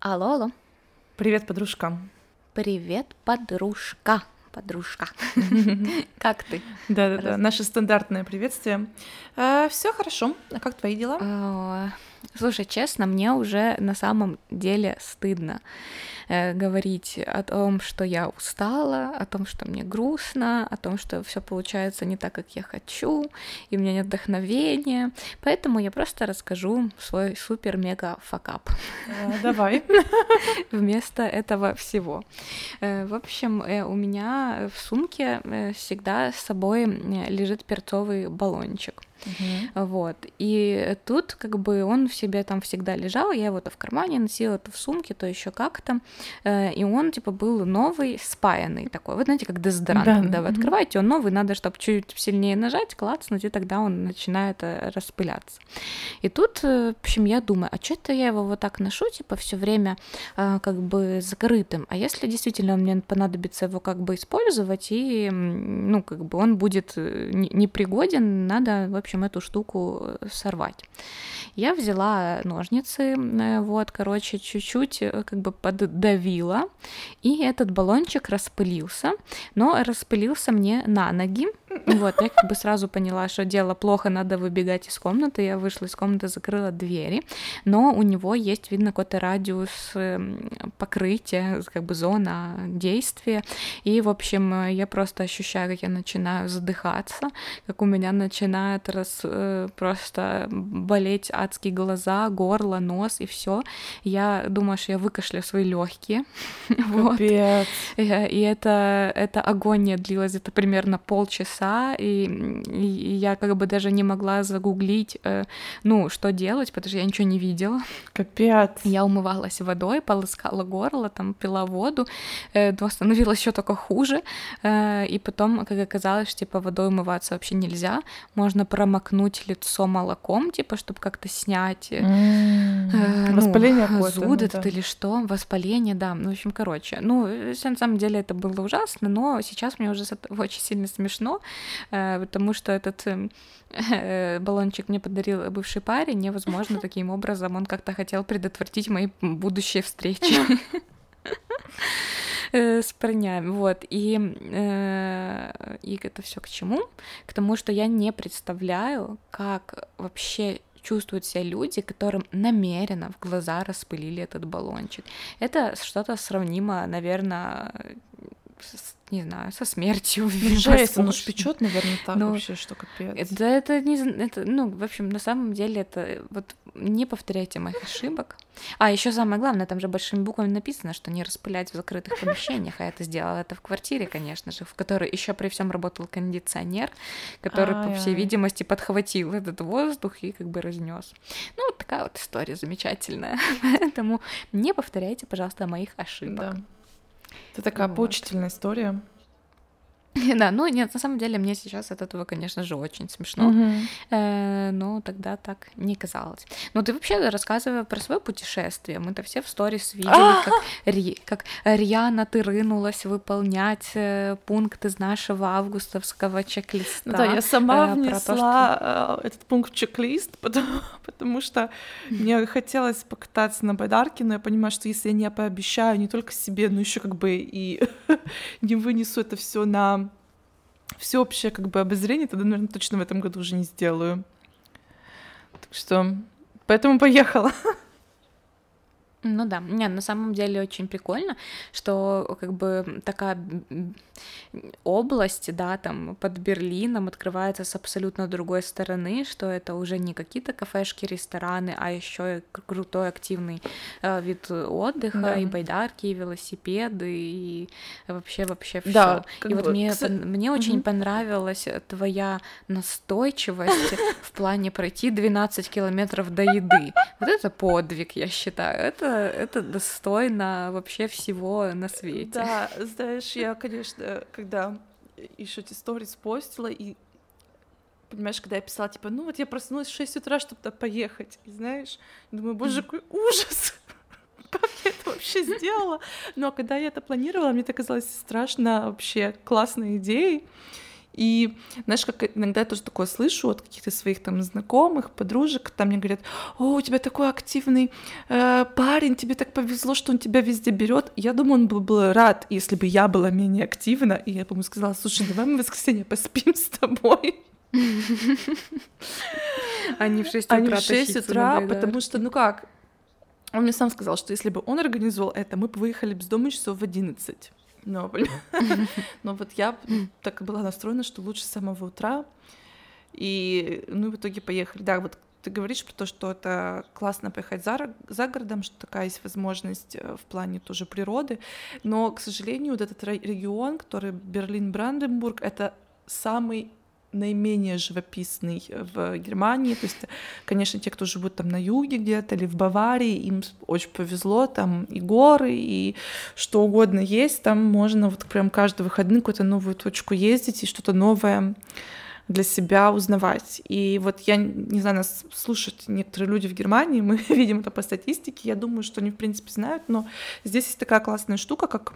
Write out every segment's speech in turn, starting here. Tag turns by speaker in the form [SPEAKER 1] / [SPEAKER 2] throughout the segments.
[SPEAKER 1] Алло, алло.
[SPEAKER 2] Привет, подружка.
[SPEAKER 1] Привет, подружка. Подружка. Как ты?
[SPEAKER 2] Да-да-да, наше стандартное приветствие. Все хорошо. А как твои дела?
[SPEAKER 1] Слушай, честно, мне уже на самом деле стыдно говорить о том, что я устала, о том, что мне грустно, о том, что все получается не так, как я хочу, и у меня нет вдохновения. Поэтому я просто расскажу свой супер-мега-факап.
[SPEAKER 2] Давай.
[SPEAKER 1] Вместо этого всего. В общем, у меня в сумке всегда с собой лежит перцовый баллончик. Вот. И тут как бы он в себе там всегда лежал, я его то в кармане носила, то в сумке, то еще как-то. И он типа был новый, спаянный такой. Вот знаете, как дезодорант,
[SPEAKER 2] Да.
[SPEAKER 1] когда вы открываете, он новый, надо, чтобы чуть сильнее нажать, клацнуть, и тогда он начинает распыляться. И тут, в общем, я думаю, а что это я его вот так ношу, типа, все время как бы закрытым, а если действительно мне понадобится его как бы использовать, и, ну, как бы он будет непригоден, надо, в общем, эту штуку сорвать. Я взяла ножницы, вот, короче, чуть-чуть как бы поддавила, и этот баллончик распылился, но распылился мне на ноги. Вот, я как бы сразу поняла, что дело плохо, надо выбегать из комнаты. Я вышла из комнаты, закрыла двери, но у него есть, видно, какой-то радиус покрытия, как бы зона действия. И, в общем, я просто ощущаю, как я начинаю задыхаться, как у меня начинает просто болеть адские глаза, горло, нос и все. Я думаю, что я выкашляю свои легкие.
[SPEAKER 2] Капец.
[SPEAKER 1] И эта агония длилась где-то примерно полчаса, и я как бы даже не могла загуглить, ну, что делать, потому что я ничего не видела.
[SPEAKER 2] Капец.
[SPEAKER 1] Я умывалась водой, полоскала горло, там пила воду, но становилось еще только хуже, и потом, как оказалось, типа водой умываться вообще нельзя, можно промокнуть лицо молоком, типа, чтобы как-то снять
[SPEAKER 2] воспаление какое-то,
[SPEAKER 1] зуд этот или что, воспаление, да, ну, в общем, короче, ну, на самом деле это было ужасно, но сейчас мне уже очень сильно смешно, потому что этот баллончик мне подарил бывший парень, и, возможно, таким образом он как-то хотел предотвратить мои будущие встречи с парнями, вот, и это все к чему? К тому, что я не представляю, как вообще чувствуют себя люди, которым намеренно в глаза распылили этот баллончик. Это что-то сравнимо, наверное, не знаю, со смертью.
[SPEAKER 2] Жесть, оно ж печёт, наверное, так вообще, что капец.
[SPEAKER 1] Это не, это, ну, в общем, на самом деле это вот не повторяйте моих ошибок. А еще самое главное, там же большими буквами написано, что не распылять в закрытых помещениях, а это сделала это в квартире, конечно же, в которой еще при всем работал кондиционер, который, по всей видимости, подхватил этот воздух и как бы разнес. Ну, вот такая вот история замечательная. Поэтому не повторяйте, пожалуйста, моих ошибок.
[SPEAKER 2] Да. Это такая поучительная история.
[SPEAKER 1] Да, ну нет, на самом деле мне сейчас от этого, конечно же, очень смешно, но тогда так не казалось. Ну ты вообще рассказывай про свое путешествие. Мы-то все в сторис видели, как рьяно ты рынулась выполнять пункт из нашего августовского чек-листа.
[SPEAKER 2] Ну да, я сама внесла этот пункт в чек-лист, потому что мне хотелось покататься на байдарке, но я понимаю, что если я не пообещаю не только себе, но еще как бы и не вынесу это все на всеобщее как бы обозрение, тогда, наверное, точно в этом году уже не сделаю. Так что поэтому поехала.
[SPEAKER 1] Ну да, нет, на самом деле очень прикольно, что как бы такая область, да, там под Берлином открывается с абсолютно другой стороны, что это уже не какие-то кафешки, рестораны, а еще и крутой активный вид отдыха, да. И байдарки, и велосипеды, и вообще все.
[SPEAKER 2] Да,
[SPEAKER 1] и вот мне очень понравилась твоя настойчивость в плане пройти 12 километров до еды. Вот это подвиг, я считаю, это достойно вообще всего на свете.
[SPEAKER 2] Да, знаешь, я, конечно, когда еще эти сторис постила, и, понимаешь, когда я писала, типа, ну вот я проснулась в 6 утра, чтобы туда поехать, и знаешь, думаю, боже, какой ужас, как я это вообще сделала? Но когда я это планировала, мне это казалось страшно вообще классной идеей, И знаешь, как иногда я тоже такое слышу от каких-то своих там знакомых, подружек, там мне говорят: о, у тебя такой активный парень, тебе так повезло, что он тебя везде берет. Я думаю, он был рад, если бы я была менее активна. И я, по-моему, сказала: слушай, давай мы в воскресенье поспим с тобой.
[SPEAKER 1] А не в 6 утра.
[SPEAKER 2] А не в 6 утра, потому что, ну как, он мне сам сказал, что если бы он организовал это, мы бы выехали бы с дома часов в 11. Но вот я так была настроена, что лучше с самого утра. И, ну, в итоге поехали. Да, вот ты говоришь про то, что это классно поехать за городом, что такая есть возможность в плане тоже природы. Но, к сожалению, вот этот регион, который Берлин-Бранденбург, это самый наименее живописный в Германии. То есть, конечно, те, кто живут там на юге где-то или в Баварии, им очень повезло, там и горы, и что угодно есть, там можно вот прям каждый выходный какую-то новую точку ездить и что-то новое для себя узнавать. И вот я не знаю, нас слушают некоторые люди в Германии, мы видим это по статистике, я думаю, что они, в принципе, знают, но здесь есть такая классная штука, как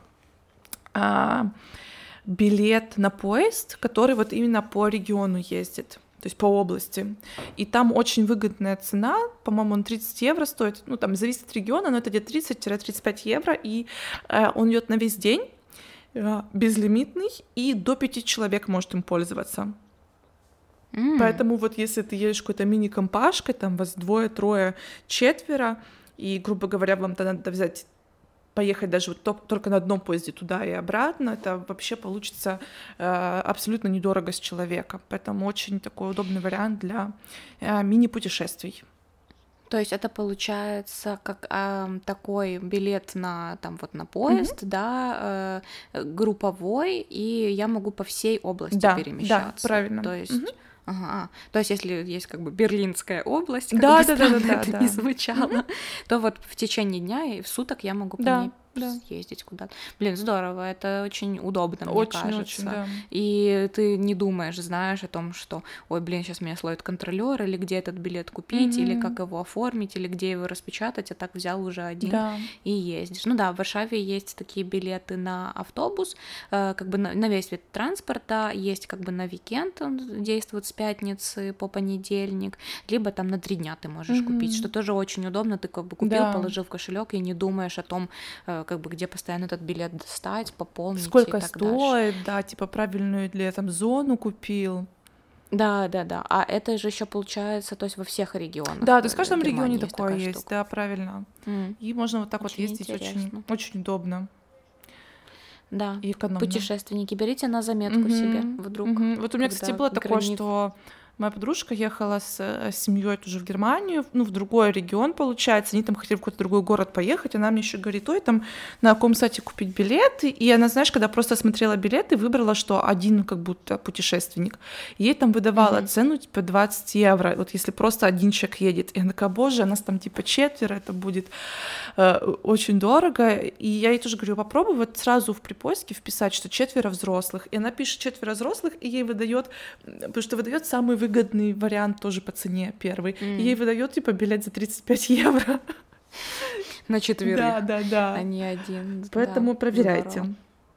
[SPEAKER 2] билет на поезд, который вот именно по региону ездит, то есть по области. И там очень выгодная цена, по-моему, он 30 евро стоит, ну там зависит от региона, но это где-то 30-35 евро, и он идет на весь день, безлимитный, и до 5 человек может им пользоваться. Поэтому вот если ты едешь какой-то мини-компашкой, там вас 2, 3, 4, и, грубо говоря, вам тогда надо взять, поехать даже вот только на одном поезде туда и обратно, это вообще получится абсолютно недорого с человека. Поэтому очень такой удобный вариант для мини-путешествий.
[SPEAKER 1] То есть это получается как такой билет на там вот на поезд, да, групповой, и я могу по всей области перемещаться.
[SPEAKER 2] Да, правильно.
[SPEAKER 1] То есть то есть, если есть как бы Берлинская область, как бы странно это не звучало, то вот в течение дня и в суток я могу по ней съездить куда-то. Блин, здорово, это очень удобно, мне кажется.
[SPEAKER 2] Очень, да.
[SPEAKER 1] И ты не думаешь, знаешь о том, что, ой, блин, сейчас меня словит контролер, или где этот билет купить, или как его оформить, или где его распечатать, а так взял уже один и ездишь. Ну да, в Варшаве есть такие билеты на автобус, как бы на весь вид транспорта, есть как бы на уикенд, он действует с пятницы по понедельник, либо там на 3 дня ты можешь купить, что тоже очень удобно, ты как бы купил, положил в кошелек и не думаешь о том, как бы где постоянно этот билет достать, пополнить.
[SPEAKER 2] Сколько
[SPEAKER 1] и так
[SPEAKER 2] стоит,
[SPEAKER 1] дальше.
[SPEAKER 2] да, типа правильную ли я там зону купил.
[SPEAKER 1] Да. А это же еще получается, то есть во всех регионах.
[SPEAKER 2] Да, то есть в каждом регионе
[SPEAKER 1] есть
[SPEAKER 2] такое есть, штука. Да, правильно. И можно вот так
[SPEAKER 1] очень
[SPEAKER 2] вот ездить
[SPEAKER 1] интересно.
[SPEAKER 2] очень удобно.
[SPEAKER 1] Да,
[SPEAKER 2] и экономно.
[SPEAKER 1] Путешественники, берите на заметку себе вдруг.
[SPEAKER 2] Вот у меня, кстати, было такое, что моя подружка ехала с семьей тоже в Германию, ну, в другой регион, получается. Они там хотели в какой-то другой город поехать. Она мне еще говорит: ой, там на каком сайте купить билеты. И она, знаешь, когда просто смотрела билеты, выбрала, что один как будто путешественник. Ей там выдавала цену типа 20 евро. Вот если просто один человек едет. И она такая: боже, нас там типа 4, это будет очень дорого. И я ей тоже говорю: попробуй вот сразу в припоиске вписать, что 4 взрослых. И она пишет 4 взрослых, и ей выдает, потому что выдает самый выгодный вариант тоже по цене первый. И ей выдает типа билет за 35 евро.
[SPEAKER 1] На 4.
[SPEAKER 2] Да.
[SPEAKER 1] А не один.
[SPEAKER 2] Поэтому проверяйте.
[SPEAKER 1] Здорово.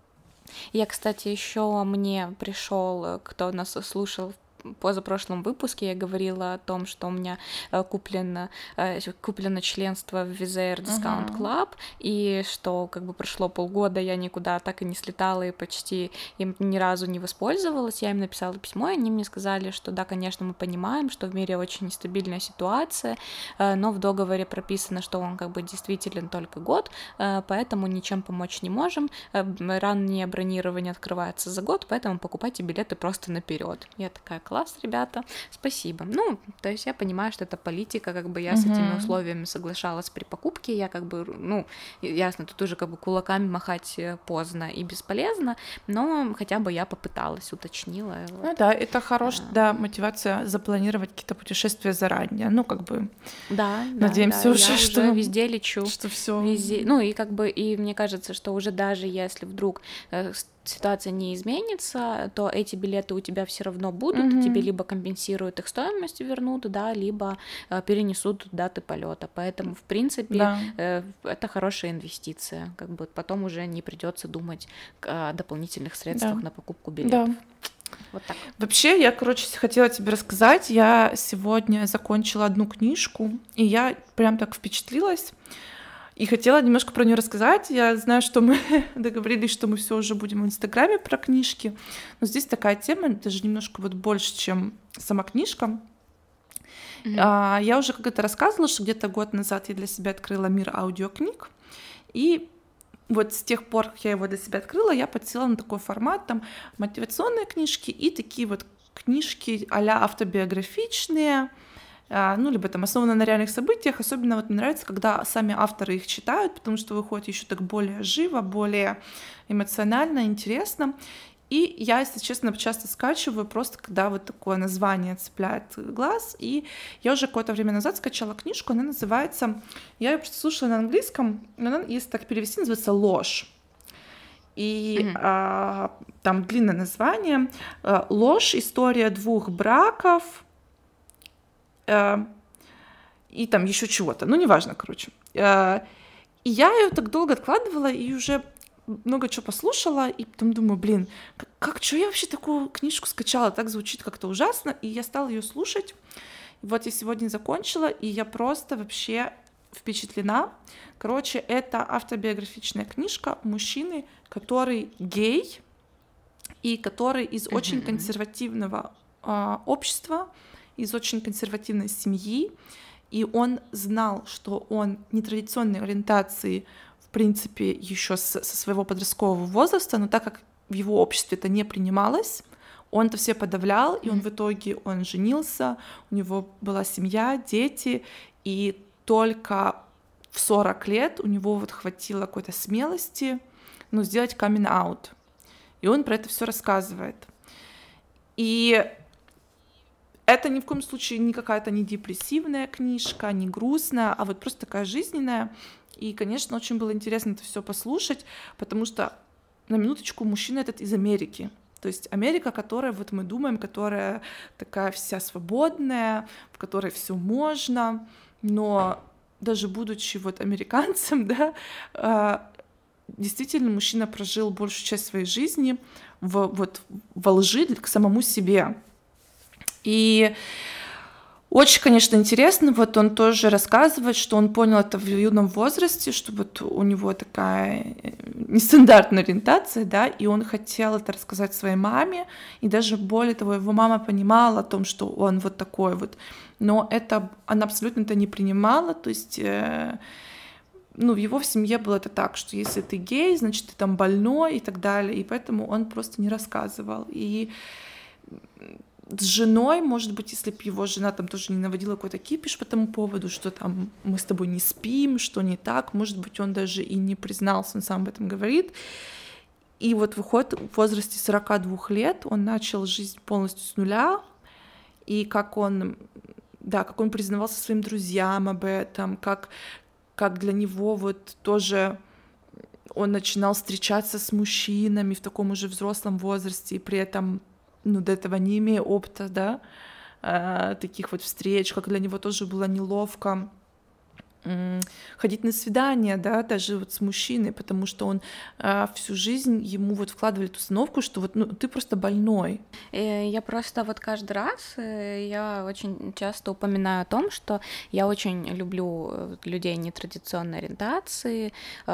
[SPEAKER 1] Я, кстати, еще мне пришел, кто нас слушал в позапрошлом выпуске, я говорила о том, что у меня куплено членство в Wizz Air Discount Club, и что как бы прошло полгода, я никуда так и не слетала и почти им ни разу не воспользовалась. Я им написала письмо, и они мне сказали, что да, конечно, мы понимаем, что в мире очень нестабильная ситуация, но в договоре прописано, что он как бы действителен только год, поэтому ничем помочь не можем. Раннее бронирование открывается за год, поэтому покупайте билеты просто наперед. Я такая: класс, ребята, спасибо. Ну, то есть я понимаю, что это политика, как бы я с этими условиями соглашалась при покупке, я как бы, ну, ясно, тут уже как бы кулаками махать поздно и бесполезно, но хотя бы я попыталась, уточнила.
[SPEAKER 2] Ну да, это хорошая мотивация запланировать какие-то путешествия заранее, ну, как бы, надеемся уже, что
[SPEAKER 1] я везде лечу,
[SPEAKER 2] что все.
[SPEAKER 1] Везде, ну, и как бы, и мне кажется, что уже даже если вдруг ситуация не изменится, то эти билеты у тебя все равно будут, тебе либо компенсируют их стоимость, вернут, да, либо перенесут даты полета. Поэтому, в принципе, это хорошая инвестиция. Как бы потом уже не придется думать о дополнительных средствах на покупку билетов. Вот так.
[SPEAKER 2] Вообще, я, хотела тебе рассказать, я сегодня закончила одну книжку, и я прям так впечатлилась, и хотела немножко про нее рассказать. Я знаю, что мы договорились, что мы все уже будем в Инстаграме про книжки, но здесь такая тема, даже немножко вот больше, чем сама книжка. Я уже как-то рассказывала, что где-то год назад я для себя открыла мир аудиокниг, и вот с тех пор, как я его для себя открыла, я подсела на такой формат, там мотивационные книжки и такие вот книжки а-ля автобиографичные, ну, либо там основаны на реальных событиях. Особенно вот мне нравится, когда сами авторы их читают, потому что выходит еще так более живо, более эмоционально, интересно. И я, если честно, часто скачиваю просто, когда вот такое название цепляет глаз. И я уже какое-то время назад скачала книжку, она называется, я ее просто слушала на английском, она, если так перевести, называется «Ложь». И там длинное название. «Ложь. История двух браков». И там еще чего-то, ну, неважно, короче. И я ее так долго откладывала, и уже много чего послушала, и потом думаю, блин, что я вообще такую книжку скачала, так звучит как-то ужасно, и я стала ее слушать. И вот я сегодня закончила, и я просто вообще впечатлена. Короче, это автобиографичная книжка мужчины, который гей, и который из очень консервативного общества, из очень консервативной семьи, и он знал, что он нетрадиционной ориентации, в принципе, еще со своего подросткового возраста, но так как в его обществе это не принималось, он это все подавлял, и он в итоге он женился, у него была семья, дети, и только в 40 лет у него вот хватило какой-то смелости, ну, сделать камин-аут. И он про это все рассказывает. И это ни в коем случае не какая-то не депрессивная книжка, не грустная, а вот просто такая жизненная. И, конечно, очень было интересно это все послушать, потому что, на минуточку, мужчина этот из Америки. То есть Америка, которая, вот мы думаем, которая такая вся свободная, в которой все можно, но даже будучи вот американцем, да, действительно мужчина прожил большую часть своей жизни во лжи к самому себе. И очень, конечно, интересно, вот он тоже рассказывает, что он понял это в юном возрасте, что вот у него такая нестандартная ориентация, да, и он хотел это рассказать своей маме, и даже более того, его мама понимала о том, что он вот такой вот, но она абсолютно это не принимала, то есть, ну, в его семье было это так, что если ты гей, значит, ты там больной и так далее, и поэтому он просто не рассказывал, и с женой, может быть, если бы его жена там тоже не наводила какой-то кипиш по тому поводу, что там мы с тобой не спим, что не так, может быть, он даже и не признался, он сам об этом говорит. И вот выходит, в возрасте 42 лет он начал жизнь полностью с нуля, и как он признавался своим друзьям об этом, как для него вот тоже он начинал встречаться с мужчинами в таком уже взрослом возрасте, и при этом до этого не имея опыта, да, таких вот встреч, как для него тоже было неловко ходить на свидания, да, даже вот с мужчиной, потому что он всю жизнь ему вот вкладывали эту установку, что вот, ты просто больной.
[SPEAKER 1] Я просто вот каждый раз, я очень часто упоминаю о том, что я очень люблю людей нетрадиционной ориентации,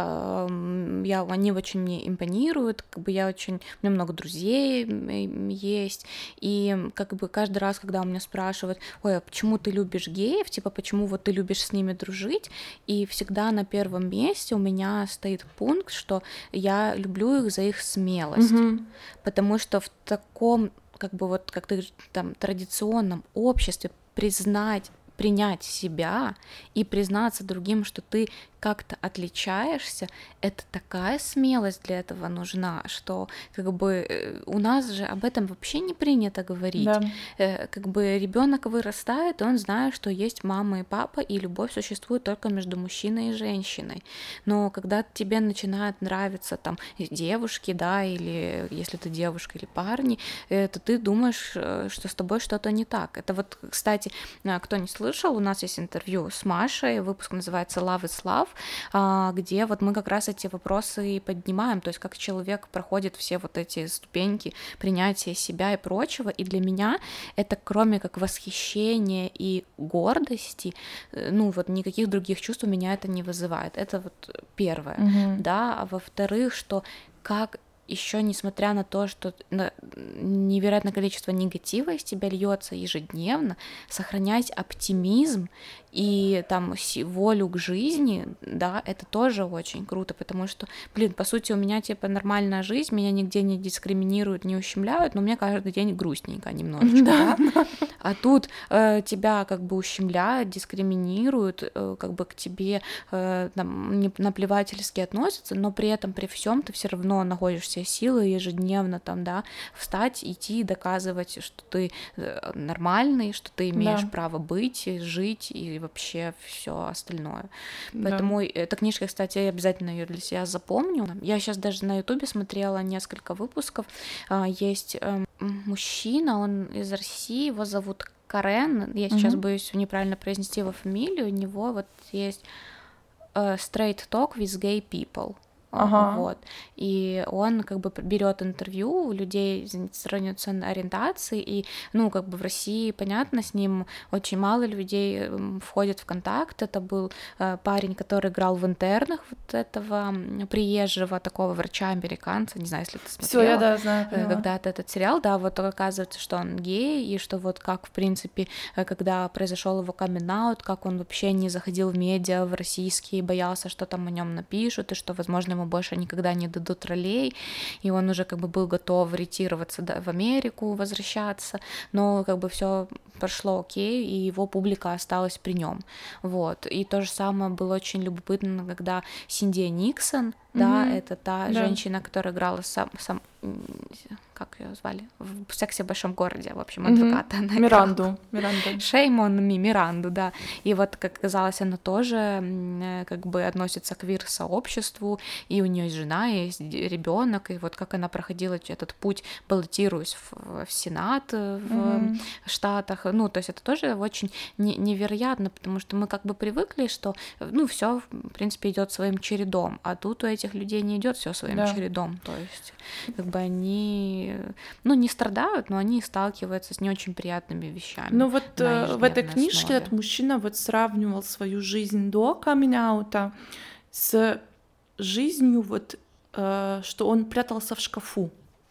[SPEAKER 1] они очень мне импонируют, у меня много друзей есть, и каждый раз, когда у меня спрашивают, ой, а почему ты любишь геев, типа, почему вот ты любишь с ними дружить, и всегда на первом месте у меня стоит пункт, что я люблю их за их смелость, потому что в таком, как ты там, традиционном обществе принять себя и признаться другим, что ты как-то отличаешься, это такая смелость для этого нужна, что у нас же об этом вообще не принято говорить.
[SPEAKER 2] Да.
[SPEAKER 1] Ребенок вырастает, и он знает, что есть мама и папа, и любовь существует только между мужчиной и женщиной. Но когда тебе начинают нравиться там девушки, да, или если ты девушка или парни, то ты думаешь, что с тобой что-то не так. Это вот, кстати, кто не слышал, слышал, у нас есть интервью с Машей, выпуск называется «Love is Love», где вот мы как раз эти вопросы и поднимаем, то есть как человек проходит все вот эти ступеньки принятия себя и прочего, и для меня это кроме как восхищения и гордости, ну вот никаких других чувств у меня это не вызывает, это вот первое, да, а во-вторых, что как еще несмотря на то, что невероятное количество негатива из тебя льется ежедневно, сохранять оптимизм и там волю к жизни, да, это тоже очень круто, потому что, блин, по сути, у меня типа нормальная жизнь, меня нигде не дискриминируют, не ущемляют, но мне каждый день грустненько немножечко, да? А тут тебя как бы ущемляют, дискриминируют, как бы к тебе там, наплевательски относятся, но при этом, при всем ты все равно находишься силы ежедневно там, да, встать, идти, доказывать, что ты нормальный, что ты имеешь право быть, жить и вообще все остальное. Поэтому эта книжка, кстати, я обязательно ее для себя запомню. Я сейчас даже на Ютубе смотрела несколько выпусков. Есть мужчина, он из России, его зовут Карен. Я сейчас боюсь неправильно произнести его фамилию. У него вот есть Straight Talk with Gay People. Вот. И он как бы берет интервью у людей с разной ориентацией, и, ну, как бы в России, понятно, с ним очень мало людей входит в контакт. Это был парень, который играл в «Интернах», вот этого приезжего такого врача-американца, не знаю, если ты смотрела.
[SPEAKER 2] Всё, я, знаю,
[SPEAKER 1] когда-то этот сериал, да, вот оказывается, что он гей, и что вот как, в принципе, когда произошел его камин-аут, как он вообще не заходил в медиа, в российские, боялся, что там о нем напишут, и что, возможно, ему больше никогда не дадут ролей, и он уже как бы был готов ретироваться в Америку, возвращаться, но как бы все прошло окей, и его публика осталась при нем. Вот. И то же самое было очень любопытно, когда Синдия Никсон, да, это та женщина, которая играла как ее звали? В «Сексе в большом городе», в общем, адвоката.
[SPEAKER 2] Миранду.
[SPEAKER 1] Shame on me, Миранду, да. И вот, как оказалось, она тоже как бы относится к квир-сообществу, и у нее есть жена, есть ребенок, и вот как она проходила этот путь, баллотируясь в Сенат в Штатах, ну, то есть это тоже очень невероятно, потому что мы как бы привыкли, что, ну, все в принципе идет своим чередом, а тут у этих людей не идет все своим чередом, то есть как бы они, ну, не страдают, но они сталкиваются с не очень приятными вещами.
[SPEAKER 2] Ну вот в этой книжке этот мужчина вот сравнивал свою жизнь до камин-аута с жизнью вот, что он прятался в шкафу.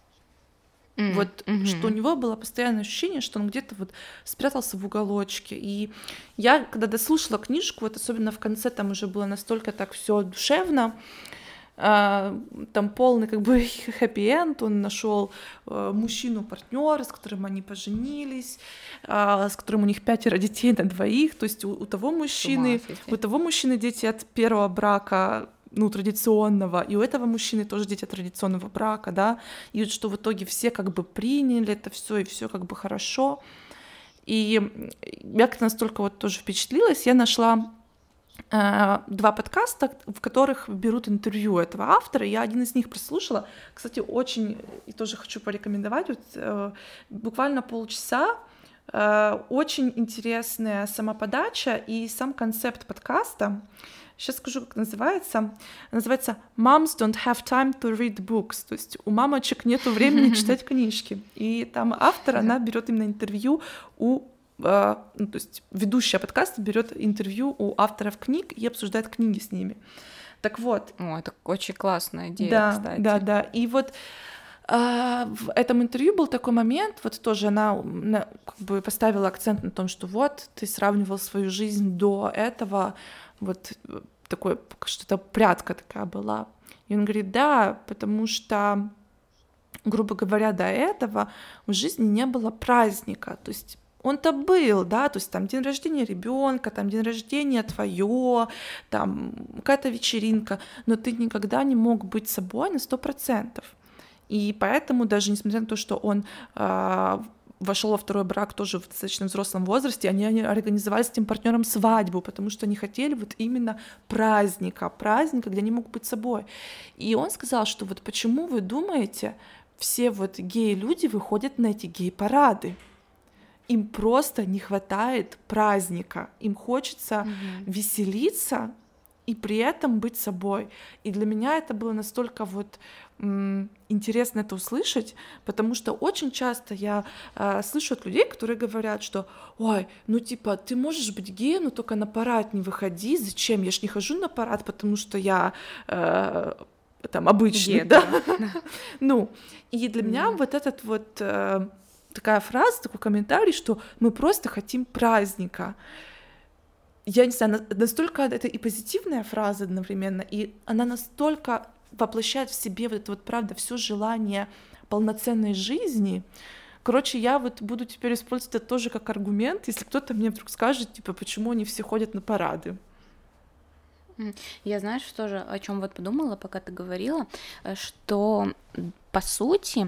[SPEAKER 2] Что у него было постоянное ощущение, что он где-то вот спрятался в уголочке. И я, когда дослушала книжку, вот особенно в конце, там уже было настолько так все душевно, там полный как бы хэппи-энд, он нашел мужчину-партнера, с которым они поженились, с которым у них 5 детей на 2, то есть у того мужчины дети от первого брака, ну, традиционного, и у этого мужчины тоже дети от традиционного брака, да, и вот что в итоге все как бы приняли это все и все как бы хорошо. И я как-то настолько вот тоже впечатлилась, я нашла 2 подкаста, в которых берут интервью этого автора, я один из них прослушала, кстати, очень, и тоже хочу порекомендовать, вот, буквально полчаса, очень интересная самоподача и сам концепт подкаста. Сейчас скажу, как называется. Называется «Moms don't have time to read books», то есть у мамочек нету времени читать книжки. И там автор, она берет именно интервью ну, то есть ведущая подкаста берет интервью у авторов книг и обсуждает книги с ними. Так вот.
[SPEAKER 1] О, это очень классная идея, кстати.
[SPEAKER 2] Да. И вот в этом интервью был такой момент, вот тоже она как бы поставила акцент на том, что вот ты сравнивал свою жизнь до этого, вот такой, что-то прятка такая была. И он говорит, да, потому что, грубо говоря, до этого в жизни не было праздника, то есть он-то был, да, то есть там день рождения ребенка, там день рождения твое, там какая-то вечеринка, но ты никогда не мог быть собой на 100%. И поэтому даже несмотря на то, что он вошел во второй брак тоже в достаточно взрослом возрасте, они организовали с этим партнером свадьбу, потому что они хотели вот именно праздника, где они могут быть собой. И он сказал, что вот почему вы думаете, все вот гей-люди выходят на эти гей-парады? им просто не хватает праздника, им хочется веселиться и при этом быть собой. И для меня это было настолько вот интересно это услышать, потому что очень часто я слышу от людей, которые говорят, что ой, ну типа ты можешь быть геем, но только на парад не выходи, зачем? Я ж не хожу на парад, потому что я там обычный, да? Ну, и для меня вот этот вот такая фраза, такой комментарий, что мы просто хотим праздника. Я не знаю, настолько это и позитивная фраза одновременно, и она настолько воплощает в себе вот это вот, правда, все желание полноценной жизни. Короче, я вот буду теперь использовать это тоже как аргумент, если кто-то мне вдруг скажет, типа, почему они все ходят на парады.
[SPEAKER 1] Я, знаешь, тоже о чем вот подумала, пока ты говорила, что по сути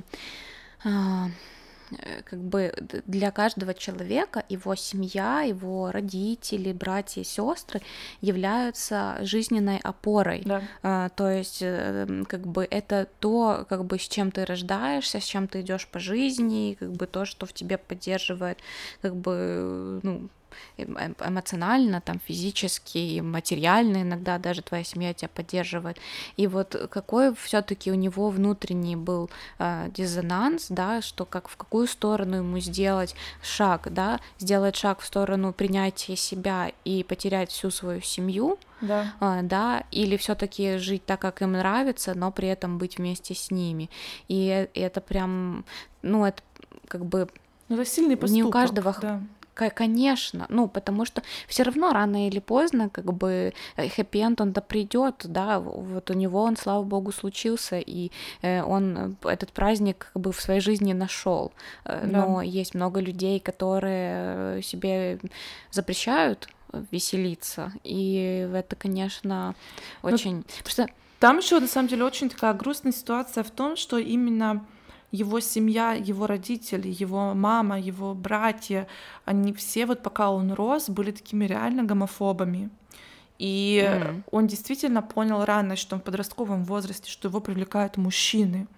[SPEAKER 1] как бы для каждого человека его семья, его родители, братья, сестры являются жизненной опорой.
[SPEAKER 2] Да.
[SPEAKER 1] То есть как бы это то, как бы с чем ты рождаешься, с чем ты идешь по жизни, как бы то, что в тебе поддерживает, как бы, ну, эмоционально, там, физически, материально иногда даже твоя семья тебя поддерживает. И вот какой все-таки у него внутренний был диссонанс, да, что как в какую сторону ему сделать шаг, да, сделать шаг в сторону принятия себя и потерять всю свою семью, да, или все-таки жить так, как им нравится, но при этом быть вместе с ними. И это прям, ну, это как бы
[SPEAKER 2] это сильный поступок,
[SPEAKER 1] не у каждого.
[SPEAKER 2] Да.
[SPEAKER 1] Конечно, ну, потому что все равно рано или поздно, как бы, хэппи-энд, он-то придет, да, вот у него он, слава богу, случился, и он этот праздник как бы в своей жизни нашел. Но есть много людей, которые себе запрещают веселиться, и это, конечно, очень...
[SPEAKER 2] Там еще на самом деле очень такая грустная ситуация в том, что именно его семья, его родители, его мама, его братья, они все вот пока он рос, были такими реально гомофобами. И он действительно понял рано, что в подростковом возрасте, что его привлекают мужчины,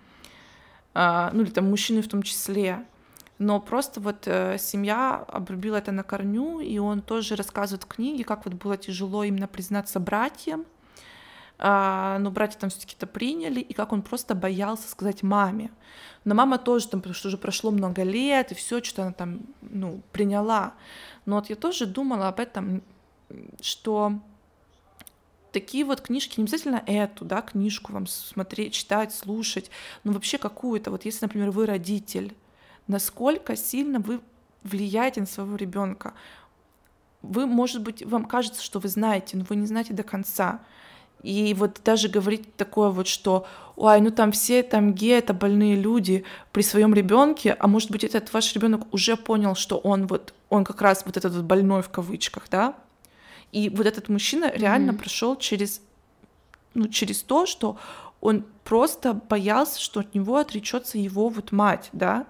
[SPEAKER 2] ну или там мужчины в том числе. Но просто вот семья обрубила это на корню, и он тоже рассказывает в книге, как вот было тяжело именно признаться братьям, но братья там все-таки это приняли, и как он просто боялся сказать маме. Но мама тоже там, потому что уже прошло много лет, и все что-то она там, ну, приняла. Но вот я тоже думала об этом, что такие вот книжки, не обязательно эту, да, книжку вам смотреть, читать, слушать, но вообще какую-то, вот если, например, вы родитель, насколько сильно вы влияете на своего ребенка. Вы, может быть, вам кажется, что вы знаете, но вы не знаете до конца. И вот даже говорить такое вот, что ой, ну там все там геи, это больные люди при своем ребенке, а может быть этот ваш ребенок уже понял, что он как раз вот этот вот больной в кавычках, да, и вот этот мужчина реально прошел через то, что он просто боялся, что от него отречется его вот мать, да,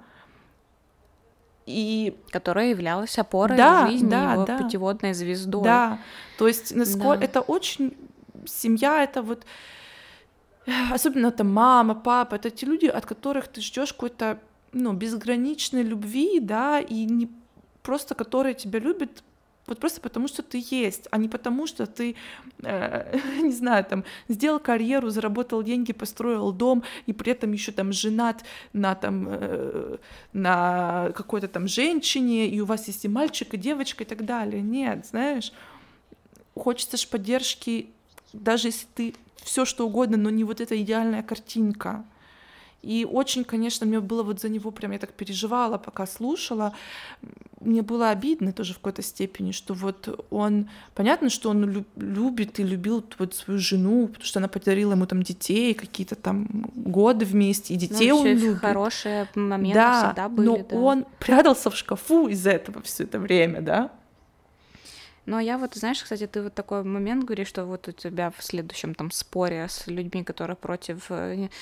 [SPEAKER 2] и
[SPEAKER 1] которая являлась опорой жизни, его путеводной звездой.
[SPEAKER 2] Да, то есть насколько это очень... Семья — это вот, особенно там мама, папа, это те люди, от которых ты ждешь какой-то, ну, безграничной любви, да, и не просто которые тебя любят вот просто потому, что ты есть, а не потому, что ты, не знаю, там, сделал карьеру, заработал деньги, построил дом, и при этом еще там женат на какой-то там женщине, и у вас есть и мальчик, и девочка, и так далее. Нет, знаешь, хочется ж поддержки, даже если ты все что угодно, но не вот эта идеальная картинка. И очень, конечно, мне было вот за него прям, я так переживала, пока слушала. Мне было обидно тоже в какой-то степени, что вот он, понятно, что он любит и любил вот свою жену, потому что она подарила ему там детей, какие-то там годы вместе, и детей он любит.
[SPEAKER 1] Хорошие моменты всегда были.
[SPEAKER 2] Но он прятался в шкафу из-за этого все это время, да.
[SPEAKER 1] Но я вот, знаешь, кстати, ты вот такой момент говоришь, что вот у тебя в следующем там споре с людьми, которые против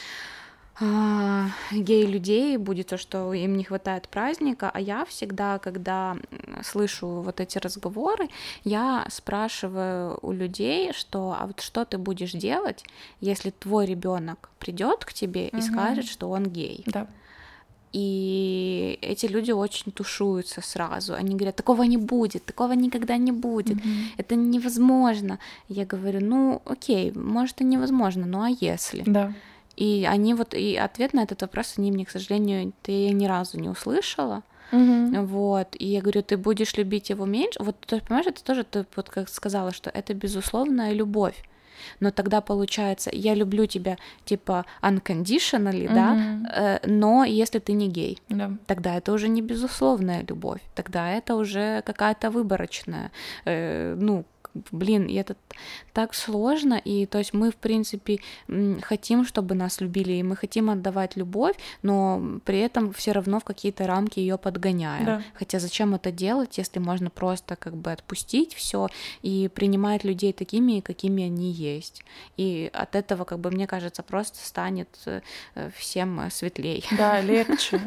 [SPEAKER 1] гей-людей будет то, что им не хватает праздника, а я всегда, когда слышу вот эти разговоры, я спрашиваю у людей, что а вот что ты будешь делать, если твой ребенок придет к тебе и скажет, что он гей?
[SPEAKER 2] Да.
[SPEAKER 1] И эти люди очень тушуются сразу. Они говорят, такого не будет, такого никогда не будет, это невозможно. Я говорю, ну окей, может и невозможно, ну а если?
[SPEAKER 2] Да.
[SPEAKER 1] И они вот, и ответ на этот вопрос они мне, к сожалению, я ни разу не услышала. Вот, и я говорю, ты будешь любить его меньше? Вот, ты понимаешь, это тоже, ты вот как сказала, что это безусловная любовь. Но тогда получается, я люблю тебя типа unconditionally, да, но если ты не гей, тогда это уже не безусловная любовь, тогда это уже какая-то выборочная, ну, блин, и это так сложно, и то есть мы, в принципе, хотим, чтобы нас любили, и мы хотим отдавать любовь, но при этом все равно в какие-то рамки ее подгоняем.
[SPEAKER 2] Да.
[SPEAKER 1] Хотя зачем это делать, если можно просто как бы отпустить все и принимать людей такими, какими они есть. И от этого, как бы, мне кажется, просто станет всем светлей.
[SPEAKER 2] Да, легче.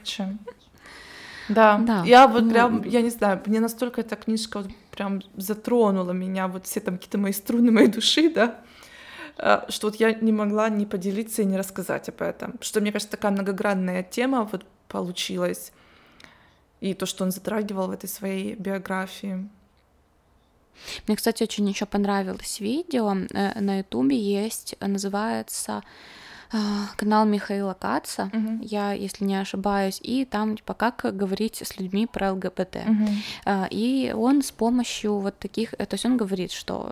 [SPEAKER 2] Да, я вот прям, я не знаю, мне настолько эта книжка вот прям затронула меня, вот все там какие-то мои струны моей души, да, что вот я не могла не поделиться и не рассказать об этом. Что, мне кажется, такая многогранная тема вот получилась. И то, что он затрагивал в этой своей биографии.
[SPEAKER 1] Мне, кстати, очень еще понравилось видео на Ютубе есть, называется канал Михаила Каца, я, если не ошибаюсь, и там типа как говорить с людьми про ЛГБТ. И он с помощью вот таких, то есть он говорит, что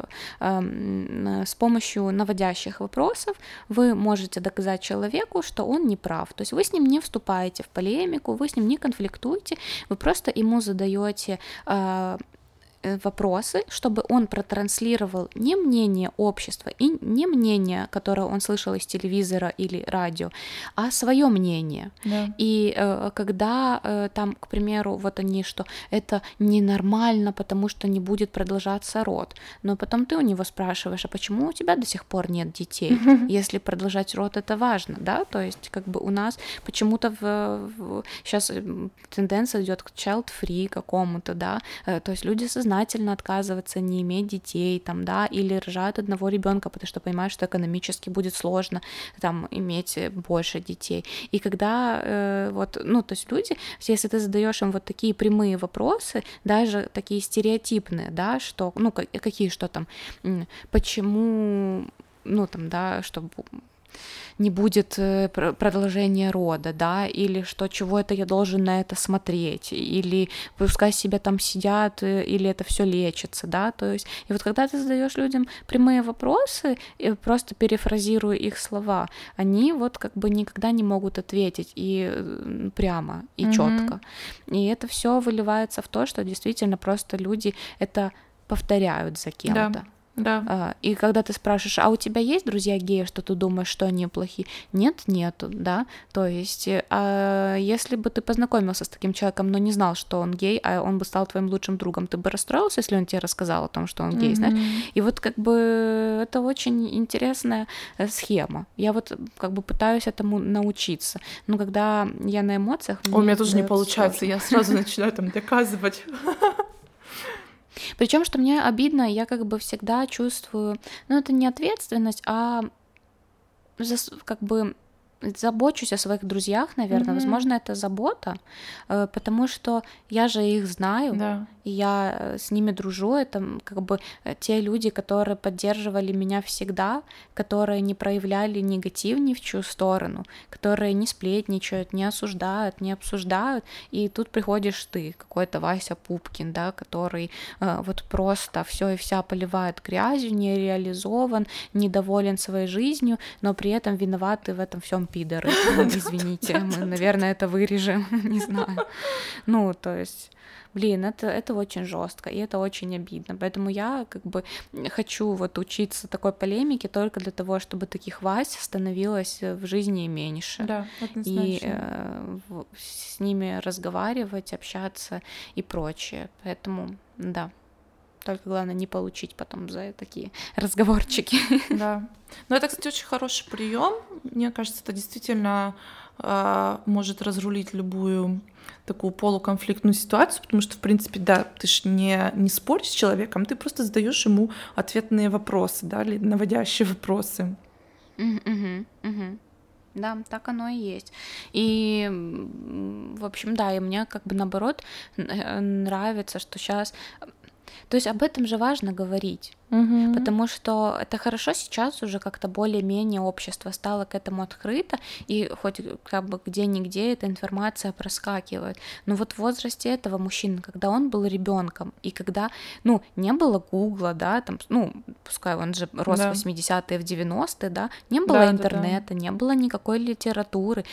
[SPEAKER 1] с помощью наводящих вопросов вы можете доказать человеку, что он не прав. То есть вы с ним не вступаете в полемику, вы с ним не конфликтуете, вы просто ему задаете вопросы, чтобы он протранслировал не мнение общества и не мнение, которое он слышал из телевизора или радио, а свое мнение.
[SPEAKER 2] Да.
[SPEAKER 1] И когда там, к примеру, вот они, что это ненормально, потому что не будет продолжаться род, но потом ты у него спрашиваешь, а почему у тебя до сих пор нет детей, если продолжать род это важно, да, то есть как бы у нас почему-то сейчас тенденция идет к child-free какому-то, да, то есть люди сознательно отказываться не иметь детей, там, да, или рожают одного ребенка, потому что понимают, что экономически будет сложно там иметь больше детей. И когда вот, ну, то есть люди, если ты задаешь им вот такие прямые вопросы, даже такие стереотипные, да, что, ну, какие, что там, почему, ну, там, да, чтобы не будет продолжения рода, да, или что, чего это я должен на это смотреть, или пускай себе там сидят, или это все лечится, да, то есть, и вот когда ты задаешь людям прямые вопросы, просто перефразируя их слова, они вот как бы никогда не могут ответить и прямо, и четко, и это все выливается в то, что действительно просто люди это повторяют за кем-то.
[SPEAKER 2] Да.
[SPEAKER 1] И когда ты спрашиваешь, а у тебя есть друзья геи, что ты думаешь, что они плохие? Нет, нету, да, то есть, если бы ты познакомился с таким человеком, но не знал, что он гей, а он бы стал твоим лучшим другом, ты бы расстроился, если он тебе рассказал о том, что он гей, знаешь? И вот как бы это очень интересная схема. Я вот как бы пытаюсь этому научиться, но когда я на эмоциях...
[SPEAKER 2] У меня тоже не получается, сложно. Я сразу начинаю там доказывать.
[SPEAKER 1] Причем, что мне обидно, я как бы всегда чувствую, ну это не ответственность, а как бы забочусь о своих друзьях, наверное, возможно, это забота, потому что я же их знаю,
[SPEAKER 2] да.
[SPEAKER 1] И я с ними дружу, это как бы те люди, которые поддерживали меня всегда, которые не проявляли негатив ни в чью сторону, которые не сплетничают, не осуждают, не обсуждают, и тут приходишь ты, какой-то Вася Пупкин, да, который вот просто все и вся поливает грязью, не реализован, недоволен своей жизнью, но при этом виноваты в этом всем пидоры. Извините, мы, наверное, это вырежем, не знаю. Ну, то есть... Блин, это очень жестко, и это очень обидно. Поэтому я как бы хочу вот учиться такой полемике только для того, чтобы таких Вась становилось в жизни меньше.
[SPEAKER 2] Да, однозначно.
[SPEAKER 1] И с ними разговаривать, общаться и прочее. Поэтому, да. Только главное не получить потом за такие разговорчики.
[SPEAKER 2] Да. Но это, кстати, очень хороший прием. Мне кажется, это действительно может разрулить любую такую полуконфликтную ситуацию, потому что, в принципе, да, ты ж не споришь с человеком, ты просто задаешь ему ответные вопросы, да, или наводящие вопросы.
[SPEAKER 1] Да, так оно и есть. И, в общем, да, и мне как бы наоборот нравится, что сейчас... То есть об этом же важно говорить. Потому что это хорошо сейчас уже как-то более-менее общество стало к этому открыто, и хоть как бы где-нигде эта информация проскакивает. Но вот в возрасте этого мужчины, когда он был ребенком, и когда, ну, не было Гугла, да, там, ну, пускай он же рос в 80-е, в 90-е, да, не было интернета, не было никакой литературы,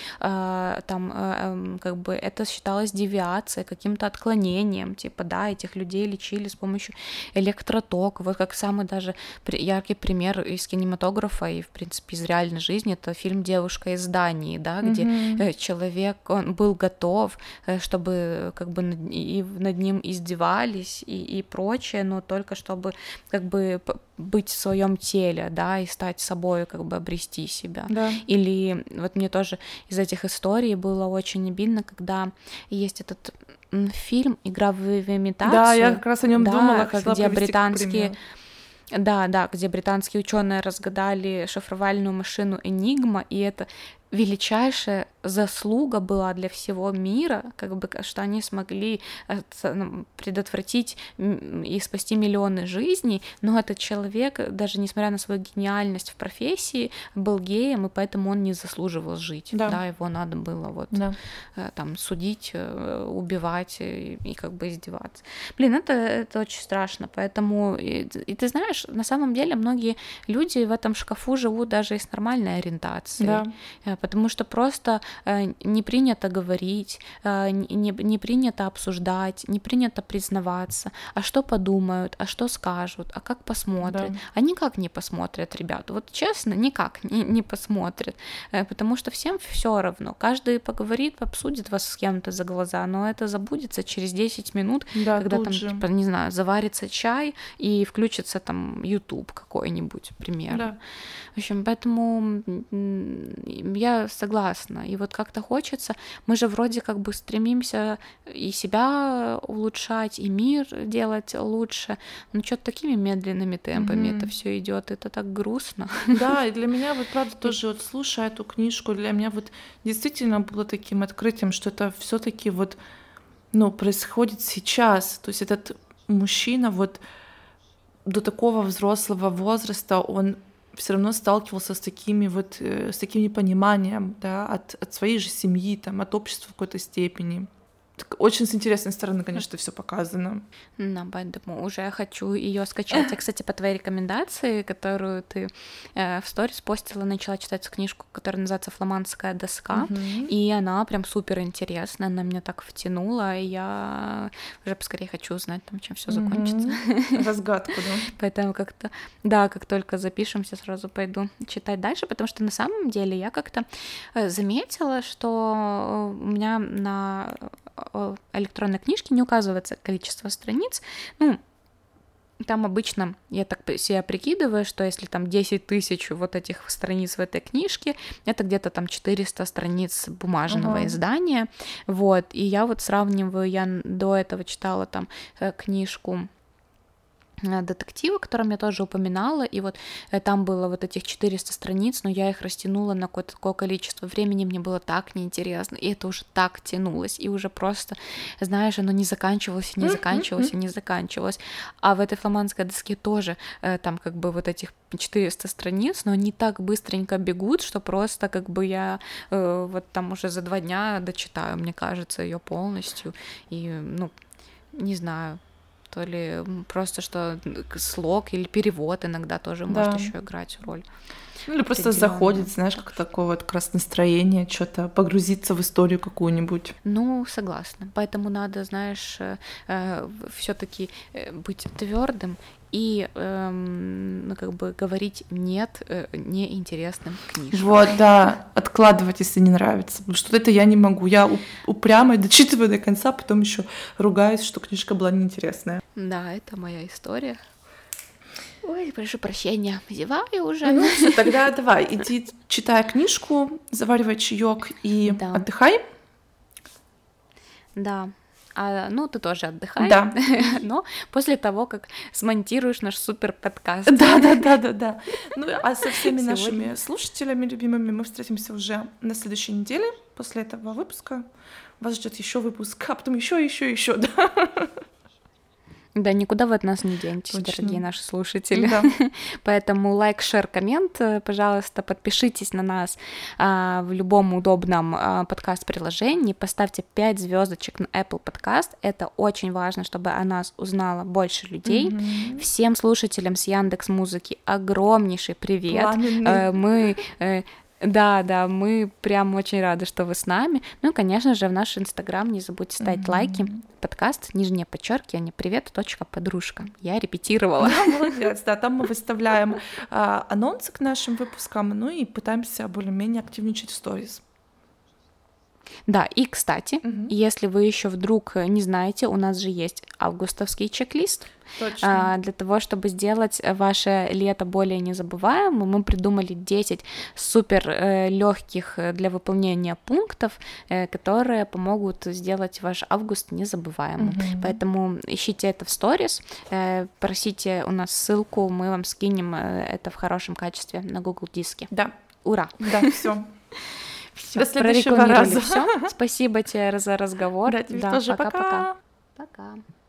[SPEAKER 1] там, как бы это считалось девиацией, каким-то отклонением, типа, да, этих людей лечили с помощью электротока, вот как самый даже яркий пример из кинематографа и, в принципе, из реальной жизни, это фильм «Девушка из Дании», да, где человек, он был готов, чтобы как бы над ним издевались и прочее, но только чтобы как бы быть в своем теле, да, и стать собой, как бы обрести себя.
[SPEAKER 2] Да.
[SPEAKER 1] Или вот мне тоже из этих историй было очень обидно, когда есть этот фильм «Игра в имитацию».
[SPEAKER 2] Да, я как раз о нем думала,
[SPEAKER 1] где британские... Да, где британские ученые разгадали шифровальную машину Enigma, и это величайшая заслуга была для всего мира, как бы, что они смогли предотвратить и спасти миллионы жизней, но этот человек, даже несмотря на свою гениальность в профессии, был геем, и поэтому он не заслуживал жить, да, его надо было вот там судить, убивать и как бы издеваться. Блин, это очень страшно, поэтому, и ты знаешь, на самом деле многие люди в этом шкафу живут даже и с нормальной ориентацией, потому что просто не принято говорить, не принято обсуждать, не принято признаваться, а что подумают, а что скажут, а как посмотрят. А никак не посмотрят, ребят, вот честно, никак не посмотрят, потому что всем все равно, каждый поговорит, обсудит вас с кем-то за глаза, но это забудется через 10 минут, когда там, типа, не знаю, заварится чай и включится там YouTube какой-нибудь, пример. В общем, поэтому я согласна. И вот как-то хочется, мы же вроде как бы стремимся и себя улучшать, и мир делать лучше, но что-то такими медленными темпами это все идет, это так грустно.
[SPEAKER 2] Да, и для меня вот правда тоже вот слушая эту книжку, для меня вот действительно было таким открытием, что это все-таки вот, ну, происходит сейчас. То есть этот мужчина вот до такого взрослого возраста, он все равно сталкивался с такими вот, с таким непониманием, да, от своей же семьи, там, от общества в какой-то степени. Так, очень с интересной стороны, конечно, все показано.
[SPEAKER 1] Да, поэтому уже хочу ее скачать. Я, кстати, по твоей рекомендации, которую ты в сторис постила, начала читать книжку, которая называется «Фламандская доска», и она прям супер интересная, она меня так втянула, и я уже поскорее хочу узнать, там, чем все закончится.
[SPEAKER 2] Разгадку, да.
[SPEAKER 1] Поэтому как-то, да, как только запишемся, сразу пойду читать дальше, потому что на самом деле я как-то заметила, что у меня на электронной книжке не указывается количество страниц. Ну, там обычно, я так себе прикидываю, что если там 10 тысяч вот этих страниц в этой книжке, это где-то там 400 страниц бумажного издания. Вот, и я вот сравниваю, я до этого читала там книжку детектива, о котором я тоже упоминала, и вот там было вот этих 400 страниц, но я их растянула на какое-то такое количество времени, мне было так неинтересно, и это уже так тянулось, и уже просто, знаешь, оно не заканчивалось, не заканчивалось, не заканчивалось. А в этой фламандской доске тоже там как бы вот этих 400 страниц, но они так быстренько бегут, что просто как бы я вот там уже за 2 дня дочитаю, мне кажется, ее полностью, и, ну, не знаю, то ли просто что слог или перевод иногда тоже может еще играть роль.
[SPEAKER 2] Ну, или просто заходит, знаешь, как такое вот как раз настроение, что-то погрузиться в историю какую-нибудь.
[SPEAKER 1] Ну, согласна. Поэтому надо, знаешь, все-таки быть твердым и ну, как бы говорить нет неинтересным книжкам.
[SPEAKER 2] Вот, да, откладывать, если не нравится. Потому что это я не могу. Я упрямо дочитываю до конца, потом еще ругаюсь, что книжка была неинтересная.
[SPEAKER 1] Да, это моя история. Ой, прошу прощения, зеваю уже.
[SPEAKER 2] Ну, все, тогда давай, иди читай книжку, заваривай чаек и отдыхай.
[SPEAKER 1] Да, Ну, ты тоже отдыхай,
[SPEAKER 2] Да.
[SPEAKER 1] но после того, как смонтируешь наш супер подкаст.
[SPEAKER 2] Да. Ну, а со всеми нашими слушателями любимыми мы встретимся уже на следующей неделе. После этого выпуска вас ждет еще выпуск, а потом еще, да.
[SPEAKER 1] Да, никуда вы от нас не денетесь,
[SPEAKER 2] Точно.
[SPEAKER 1] Дорогие наши слушатели.
[SPEAKER 2] Да.
[SPEAKER 1] Поэтому лайк, шер, коммент, пожалуйста, подпишитесь на нас в любом удобном подкаст-приложении, поставьте 5 звездочек на Apple Podcast, это очень важно, чтобы о нас узнало больше людей. Всем слушателям с Яндекс.Музыки огромнейший привет. Мы мы прям очень рады, что вы с нами. Ну и, конечно же, в наш Инстаграм не забудьте ставить лайки. Подкаст, _, привет.подружка. Я репетировала.
[SPEAKER 2] Да, молодец, да, там мы выставляем анонсы к нашим выпускам, ну и пытаемся более-менее активничать в сторис.
[SPEAKER 1] Да, и, кстати, если вы еще вдруг не знаете, у нас же есть августовский чек-лист.
[SPEAKER 2] Точно.
[SPEAKER 1] Для того, чтобы сделать ваше лето более незабываемым, мы придумали 10 супер легких для выполнения пунктов, которые помогут сделать ваш август незабываемым. Поэтому ищите это в сторис, просите у нас ссылку, мы вам скинем это в хорошем качестве на Google Диске.
[SPEAKER 2] Да.
[SPEAKER 1] Ура!
[SPEAKER 2] Да, все.
[SPEAKER 1] До следующего раза. Спасибо тебе за разговор.
[SPEAKER 2] Да, тебе тоже.
[SPEAKER 1] Пока-пока. Пока.